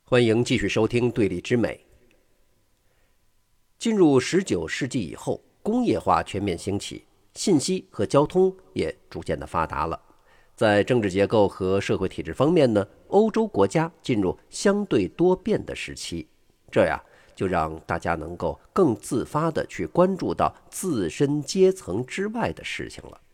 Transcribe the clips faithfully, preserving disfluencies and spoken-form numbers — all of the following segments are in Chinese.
欢迎继续收听对立之美。进入十九世纪以后，工业化全面兴起，信息和交通也逐渐的发达了。在政治结构和社会体制方面呢，欧洲国家进入相对多变的时期，这呀就让大家能够更自发的去关注到自身阶层之外的事情了。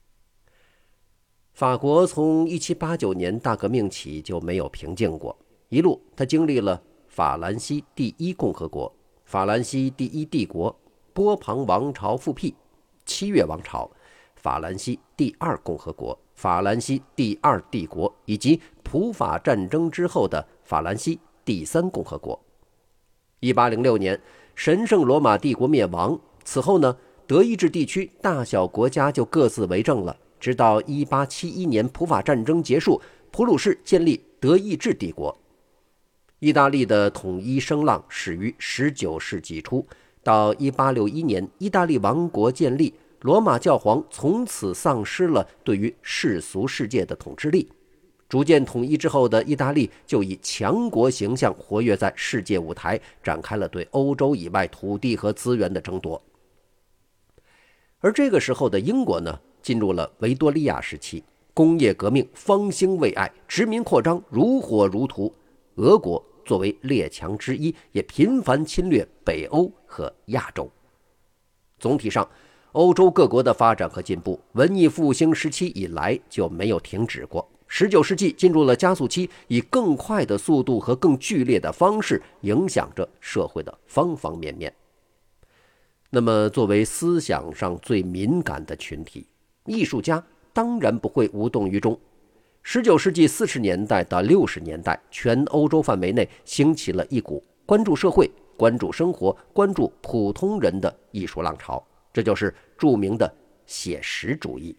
法国从一七八九年大革命起就没有平静过，一路他经历了法兰西第一共和国、法兰西第一帝国、波旁王朝复辟、七月王朝、法兰西第二共和国、法兰西第二帝国以及普法战争之后的法兰西第三共和国。一八零六年，神圣罗马帝国灭亡，此后呢，德意志地区大小国家就各自为政了，直到一八七一年普法战争结束，普鲁士建立德意志帝国。意大利的统一声浪始于十九世纪初，到一八六一年，意大利王国建立，罗马教皇从此丧失了对于世俗世界的统治力。逐渐统一之后的意大利就以强国形象活跃在世界舞台，展开了对欧洲以外土地和资源的争夺。而这个时候的英国呢，进入了维多利亚时期，工业革命方兴未艾，殖民扩张如火如荼。俄国作为列强之一，也频繁侵略北欧和亚洲。总体上，欧洲各国的发展和进步，文艺复兴时期以来就没有停止过。十九世纪进入了加速期，以更快的速度和更剧烈的方式影响着社会的方方面面。那么，作为思想上最敏感的群体，艺术家当然不会无动于衷。十九世纪四十年代到六十年代，全欧洲范围内兴起了一股关注社会、关注生活、关注普通人的艺术浪潮，这就是著名的写实主义。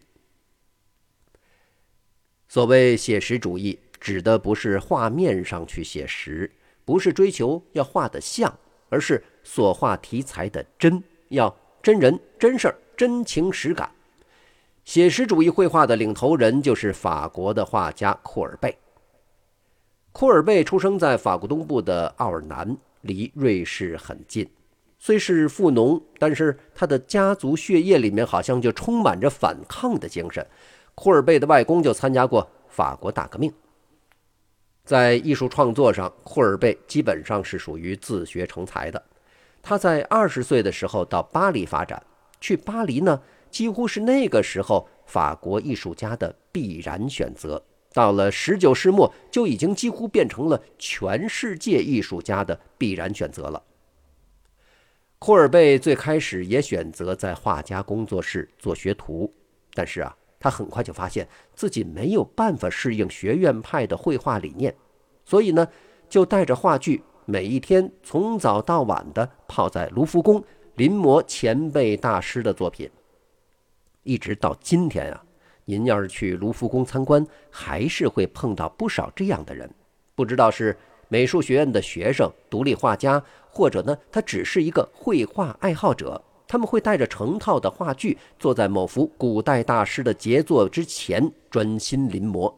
所谓写实主义，指的不是画面上去写实，不是追求要画得像，而是所画题材的真，要真人真事儿，真情实感。写实主义绘画的领头人就是法国的画家库尔贝。库尔贝出生在法国东部的奥尔南，离瑞士很近。虽是富农，但是他的家族血液里面好像就充满着反抗的精神。库尔贝的外公就参加过法国大革命。在艺术创作上，库尔贝基本上是属于自学成才的。他在二十岁的时候到巴黎发展，去巴黎呢，几乎是那个时候法国艺术家的必然选择。到了十九世末，就已经几乎变成了全世界艺术家的必然选择了。库尔贝最开始也选择在画家工作室做学徒，但是啊，他很快就发现自己没有办法适应学院派的绘画理念，所以呢，就带着话剧，每一天从早到晚的泡在卢浮宫，临摹前辈大师的作品。一直到今天啊，您要是去卢浮宫参观，还是会碰到不少这样的人，不知道是美术学院的学生、独立画家，或者呢，他只是一个绘画爱好者。他们会带着成套的话剧，坐在某幅古代大师的杰作之前，专心临摹。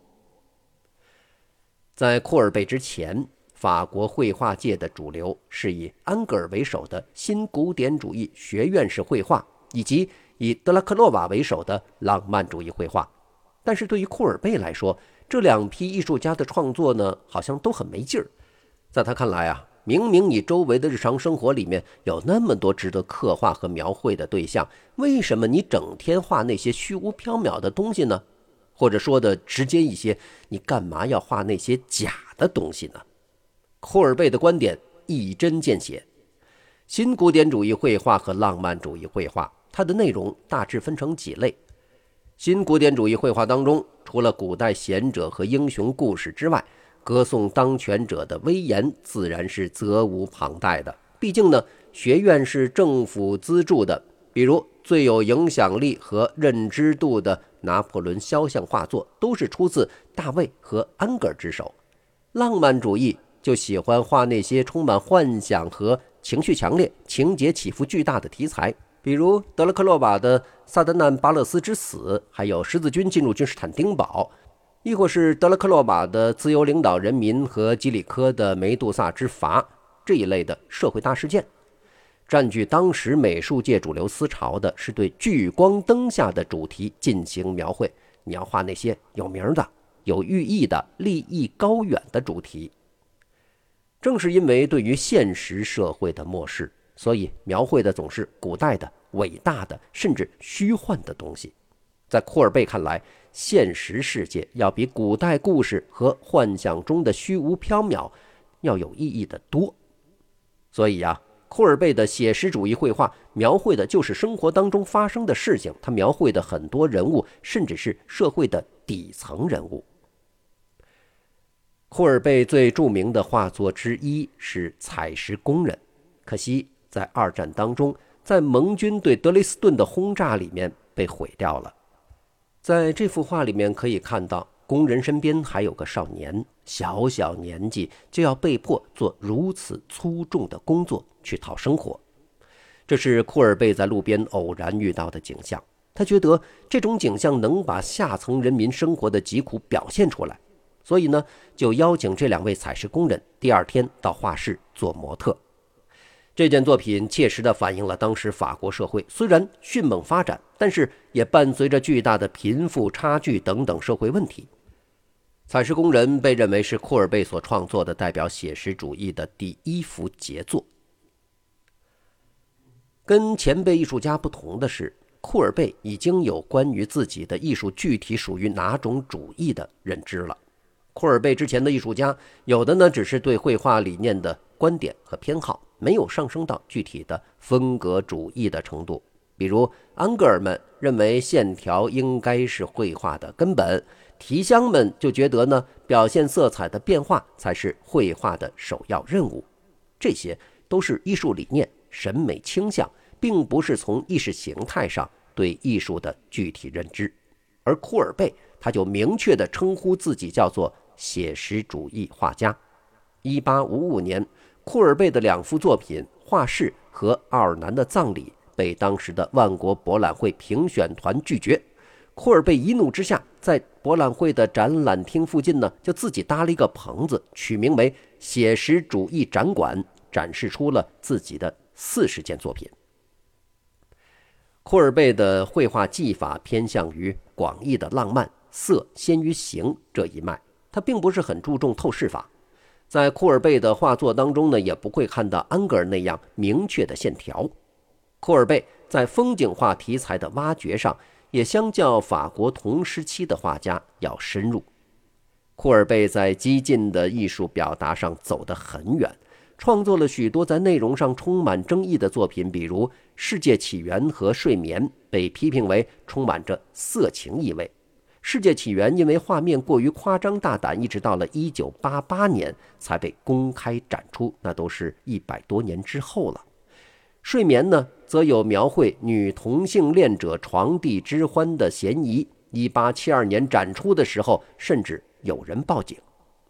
在库尔贝之前，法国绘画界的主流是以安格尔为首的新古典主义学院式绘画，以及以德拉克洛瓦为首的浪漫主义绘画。但是对于库尔贝来说，这两批艺术家的创作呢，好像都很没劲儿。在他看来啊，明明你周围的日常生活里面有那么多值得刻画和描绘的对象，为什么你整天画那些虚无缥缈的东西呢？或者说的直接一些，你干嘛要画那些假的东西呢？库尔贝的观点一针见血。新古典主义绘画和浪漫主义绘画，它的内容大致分成几类。新古典主义绘画当中，除了古代贤者和英雄故事之外，歌颂当权者的威严自然是责无旁贷的。毕竟呢，学院是政府资助的。比如最有影响力和认知度的拿破仑肖像画作，都是出自大卫和安格尔之手。浪漫主义就喜欢画那些充满幻想和情绪强烈、情节起伏巨大的题材，比如德拉克洛瓦的萨德难巴勒斯之死，还有十字军进入君士坦丁堡。 亦或是德拉克洛瓦的自由领导人民和基里科的梅杜萨之筏这一类的社会大事件。占据当时美术界主流思潮的是对聚光灯下的主题进行描绘，你要画那些有名的、有寓意的、立意高远的主题。正是因为对于现实社会的漠视，所以描绘的总是古代的、伟大的，甚至虚幻的东西。在库尔贝看来，现实世界要比古代故事和幻想中的虚无缥缈要有意义的多。所以呀、啊，库尔贝的写实主义绘画描绘的就是生活当中发生的事情，他描绘的很多人物，甚至是社会的底层人物。库尔贝最著名的画作之一是《采石工人》，可惜在二战当中，在盟军对德累斯顿的轰炸里面被毁掉了。在这幅画里面可以看到，工人身边还有个少年，小小年纪就要被迫做如此粗重的工作去讨生活。这是库尔贝在路边偶然遇到的景象，他觉得这种景象能把下层人民生活的疾苦表现出来，所以呢，就邀请这两位采石工人第二天到画室做模特。这件作品切实地反映了当时法国社会虽然迅猛发展，但是也伴随着巨大的贫富差距等等社会问题。采石工人被认为是库尔贝所创作的代表写实主义的第一幅杰作。跟前辈艺术家不同的是，库尔贝已经有关于自己的艺术具体属于哪种主义的认知了。库尔贝之前的艺术家，有的呢只是对绘画理念的观点和偏好，没有上升到具体的风格主义的程度。比如安格尔们认为线条应该是绘画的根本，提香们就觉得呢，表现色彩的变化才是绘画的首要任务。这些都是艺术理念、审美倾向，并不是从意识形态上对艺术的具体认知。而库尔贝他就明确地称呼自己叫做写实主义画家。一八五五年，库尔贝的两幅作品《画室》和《奥尔南的葬礼》被当时的万国博览会评选团拒绝。库尔贝一怒之下，在博览会的展览厅附近呢，就自己搭了一个棚子，取名为写实主义展馆，展示出了自己的四十件作品。库尔贝的绘画技法偏向于广义的浪漫，色先于形这一脉，他并不是很注重透视法。在库尔贝的画作当中呢，也不会看到安格尔那样明确的线条。库尔贝在风景画题材的挖掘上，也相较法国同时期的画家要深入。库尔贝在激进的艺术表达上走得很远，创作了许多在内容上充满争议的作品，比如《世界起源》和《睡眠》被批评为充满着色情意味。《世界起源》因为画面过于夸张大胆，一直到了一九八八年才被公开展出，那都是一百多年之后了。睡眠呢，则有描绘女同性恋者床笫之欢的嫌疑。一八七二年展出的时候，甚至有人报警。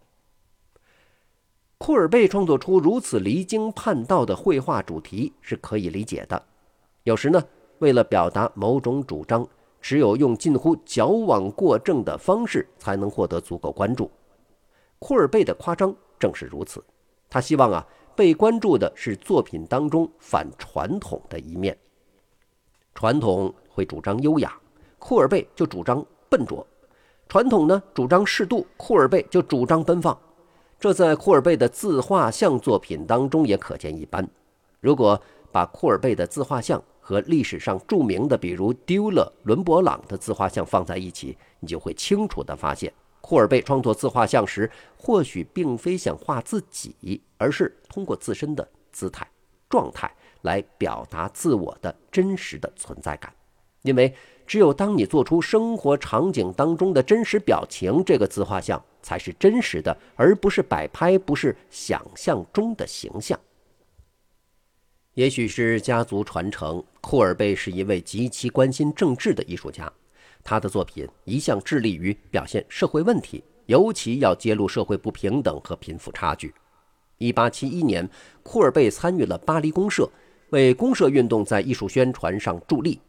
库尔贝创作出如此离经叛道的绘画主题是可以理解的。有时呢，为了表达某种主张，只有用近乎矫枉过正的方式才能获得足够关注。库尔贝的夸张正是如此，他希望啊，被关注的是作品当中反传统的一面。传统会主张优雅，库尔贝就主张笨拙；传统呢主张适度，库尔贝就主张奔放。这在库尔贝的自画像作品当中也可见一斑。如果把库尔贝的自画像和历史上著名的比如丢勒、伦勃朗的自画像放在一起，你就会清楚地发现，库尔贝创作自画像时，或许并非想画自己，而是通过自身的姿态、状态来表达自我的真实的存在感。因为只有当你做出生活场景当中的真实表情，这个自画像才是真实的，而不是摆拍，不是想象中的形象。也许是家族传承，库尔贝是一位极其关心政治的艺术家。他的作品一向致力于表现社会问题，尤其要揭露社会不平等和贫富差距。一八七一年，库尔贝参与了巴黎公社，为公社运动在艺术宣传上助力。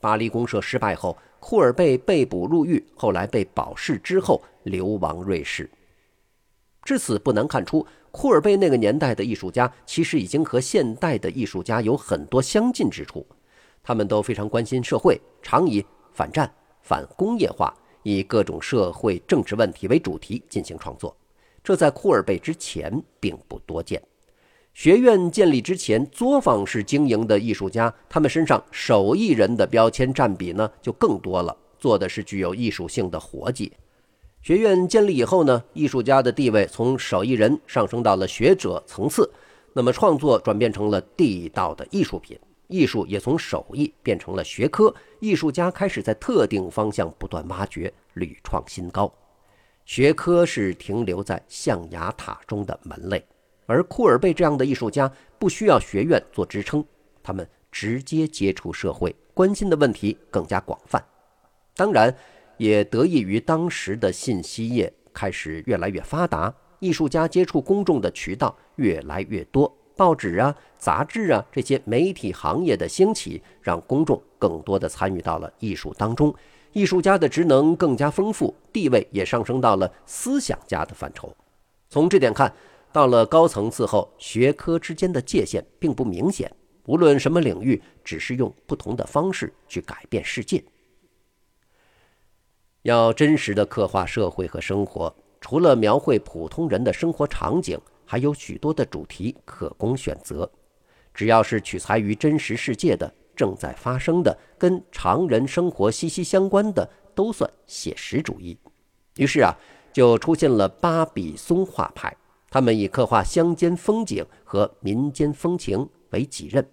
巴黎公社失败后，库尔贝被捕入狱，后来被保释之后流亡瑞士。至此不难看出，库尔贝那个年代的艺术家其实已经和现代的艺术家有很多相近之处，他们都非常关心社会，常以反战、反工业化，以各种社会政治问题为主题进行创作，这在库尔贝之前并不多见。学院建立之前，作坊式经营的艺术家，他们身上手艺人的标签占比呢就更多了，做的是具有艺术性的活计。学院建立以后呢，艺术家的地位从手艺人上升到了学者层次，那么创作转变成了地道的艺术品，艺术也从手艺变成了学科，艺术家开始在特定方向不断挖掘，屡创新高。学科是停留在象牙塔中的门类，而库尔贝这样的艺术家不需要学院做支撑，他们直接接触社会，关心的问题更加广泛。当然也得益于当时的信息业开始越来越发达，艺术家接触公众的渠道越来越多，报纸啊、杂志啊这些媒体行业的兴起，让公众更多的参与到了艺术当中，艺术家的职能更加丰富，地位也上升到了思想家的范畴。从这点看，到了高层次后，学科之间的界限并不明显，无论什么领域，只是用不同的方式去改变世界。要真实的刻画社会和生活，除了描绘普通人的生活场景，还有许多的主题可供选择。只要是取材于真实世界的、正在发生的、跟常人生活息息相关的，都算写实主义。于是啊，就出现了巴比松画派，他们以刻画乡间风景和民间风情为己任。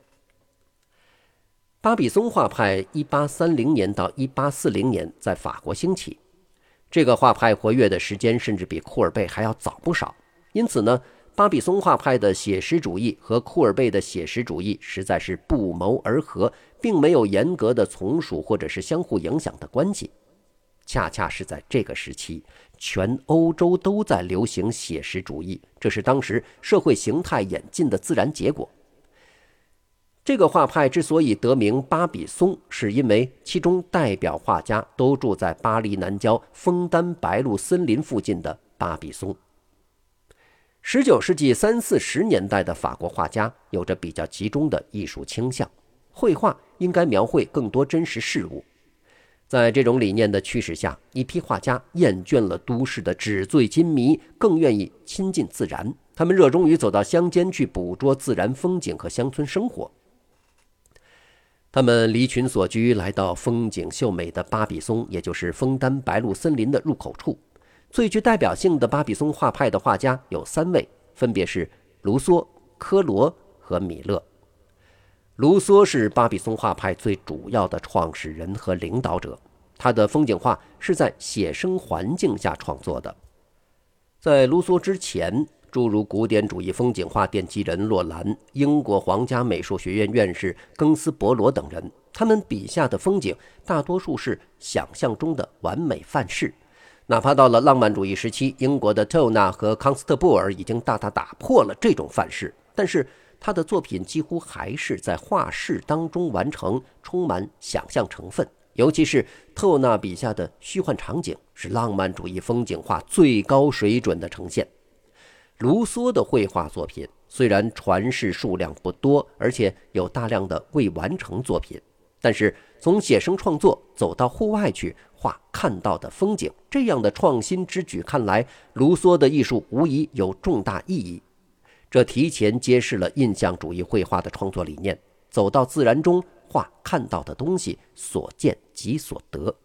巴比松画派一八三零年到一八四零年在法国兴起，这个画派活跃的时间甚至比库尔贝还要早不少。因此呢，巴比松画派的写实主义和库尔贝的写实主义实在是不谋而合，并没有严格的从属或者是相互影响的关系。恰恰是在这个时期，全欧洲都在流行写实主义，这是当时社会形态演进的自然结果。这个画派之所以得名巴比松，是因为其中代表画家都住在巴黎南郊枫丹白露森林附近的巴比松。十九世纪三四十年代的法国画家有着比较集中的艺术倾向，绘画应该描绘更多真实事物。在这种理念的驱使下，一批画家厌倦了都市的纸醉金迷，更愿意亲近自然，他们热衷于走到乡间去捕捉自然风景和乡村生活。他们离群所居，来到风景秀美的巴比松，也就是枫丹白露森林的入口处。最具代表性的巴比松画派的画家有三位，分别是卢梭、科罗和米勒。卢梭是巴比松画派最主要的创始人和领导者，他的风景画是在写生环境下创作的。在卢梭之前，诸如古典主义风景画奠基人洛兰、英国皇家美术学院院士庚斯伯罗等人，他们笔下的风景大多数是想象中的完美范式。哪怕到了浪漫主义时期，英国的特纳和康斯特布尔已经大大打破了这种范式，但是他的作品几乎还是在画室当中完成，充满想象成分。尤其是特纳笔下的虚幻场景，是浪漫主义风景画最高水准的呈现。卢梭的绘画作品虽然传世数量不多，而且有大量的未完成作品，但是从写生创作走到户外去画看到的风景，这样的创新之举看来，卢梭的艺术无疑有重大意义。这提前揭示了印象主义绘画的创作理念，走到自然中画看到的东西，所见即所得。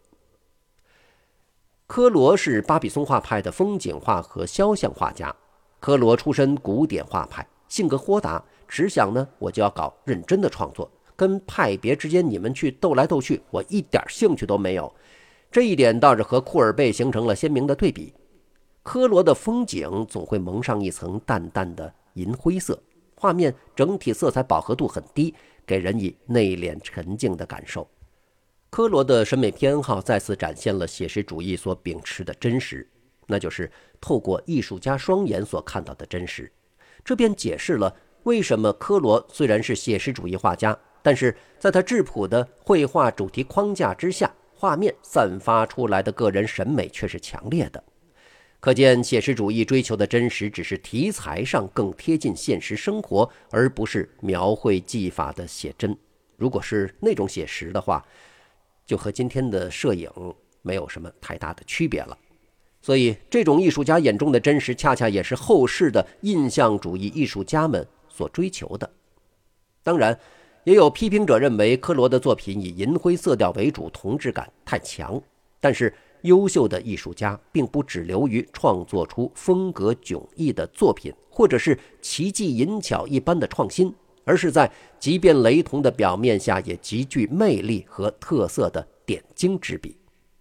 科罗是巴比松画派的风景画和肖像画家。科罗出身古典画派，性格豁达，只想呢我就要搞认真的创作，跟派别之间你们去斗来斗去，我一点兴趣都没有。这一点倒是和库尔贝形成了鲜明的对比。科罗的风景总会蒙上一层淡淡的银灰色，画面整体色彩饱和度很低，给人以内敛沉静的感受。科罗的审美偏好再次展现了写实主义所秉持的真实，那就是透过艺术家双眼所看到的真实。这便解释了为什么科罗虽然是写实主义画家， 但是在他质朴的绘画主题框架之下，画面散发出来的个人审美却是强烈的。可见写实主义追求的真实只是题材上更贴近现实生活，而不是描绘技法的写真。如果是那种写实的话，就和今天的摄影没有什么太大的区别了。所以这种艺术家眼中的真实，恰恰也是后世的印象主义艺术家们所追求的。当然也有批评者认为科罗的作品以银灰色调为主，同质感太强。但是优秀的艺术家并不只流于创作出风格迥异的作品，或者是奇技淫巧一般的创新，而是在即便雷同的表面下也极具魅力和特色的点睛之笔。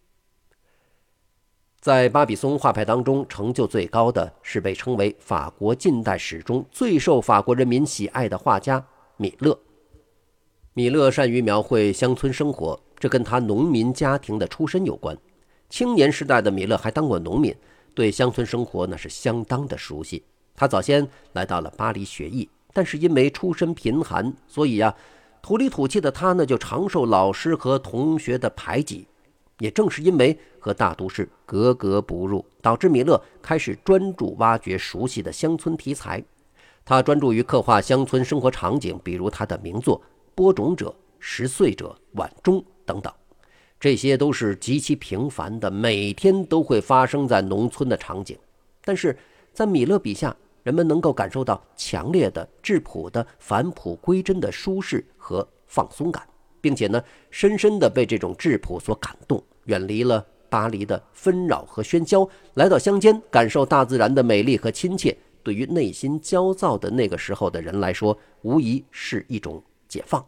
在巴比松画派当中，成就最高的是被称为法国近代史中最受法国人民喜爱的画家米勒。米勒善于描绘乡村生活，这跟他农民家庭的出身有关。青年时代的米勒还当过农民，对乡村生活那是相当的熟悉。他早先来到了巴黎学艺，但是因为出身贫寒，所以啊，土里土气的他呢，就常受老师和同学的排挤。也正是因为和大都市格格不入，导致米勒开始专注挖掘熟悉的乡村题材。他专注于刻画乡村生活场景，比如他的名作《播种者》《十岁者》《晚钟》等等。这些都是极其平凡的，每天都会发生在农村的场景。但是在米勒笔下，人们能够感受到强烈的、质朴的、返璞归真的舒适和放松感，并且呢，深深地被这种质朴所感动，远离了巴黎的纷扰和喧嚣，来到乡间，感受大自然的美丽和亲切。对于内心焦躁的那个时候的人来说，无疑是一种解放。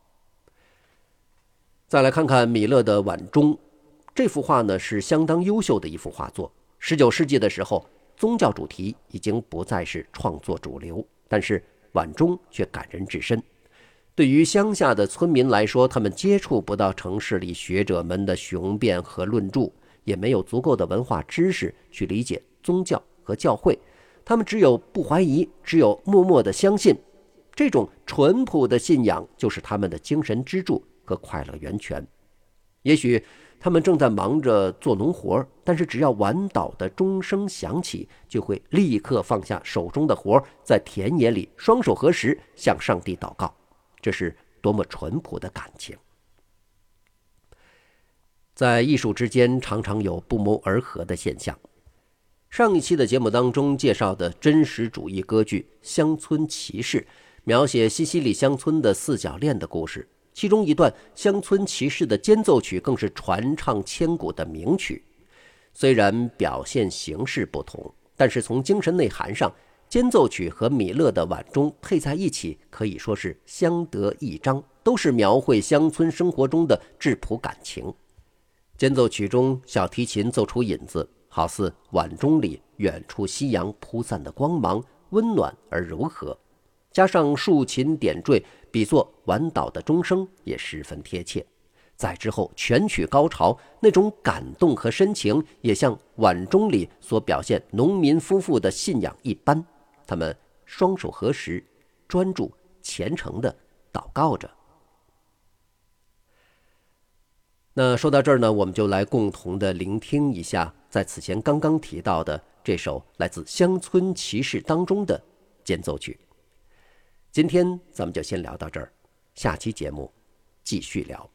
再来看看米勒的《晚钟》，这幅画呢是相当优秀的一幅画作。十九世纪的时候，宗教主题已经不再是创作主流，但是晚钟却感人至深。对于乡下的村民来说，他们接触不到城市里学者们的雄辩和论著，也没有足够的文化知识去理解宗教和教会，他们只有不怀疑，只有默默的相信。这种淳朴的信仰就是他们的精神支柱和快乐源泉。也许他们正在忙着做农活，但是只要晚祷的钟声响起，就会立刻放下手中的活，在田野里双手合十，向上帝祷告。这是多么淳朴的感情。在艺术之间常常有不谋而合的现象。上一期的节目当中介绍的真实主义歌剧《乡村骑士》，描写西西里乡村的四角恋的故事，其中一段乡村骑士的间奏曲更是传唱千古的名曲。虽然表现形式不同，但是从精神内涵上，间奏曲和米勒的晚钟配在一起，可以说是相得益彰，都是描绘乡村生活中的质朴感情。间奏曲中，小提琴奏出引子，好似晚钟里远处夕阳铺散的光芒，温暖而柔和。加上竖琴点缀，比作晚祷的钟声，也十分贴切。再之后全曲高潮，那种感动和深情，也像晚钟里所表现农民夫妇的信仰一般，他们双手合十，专注虔诚地祷告着。那说到这儿呢，我们就来共同的聆听一下在此前刚刚提到的这首来自《乡村骑士》当中的间奏曲。今天咱们就先聊到这儿，下期节目继续聊。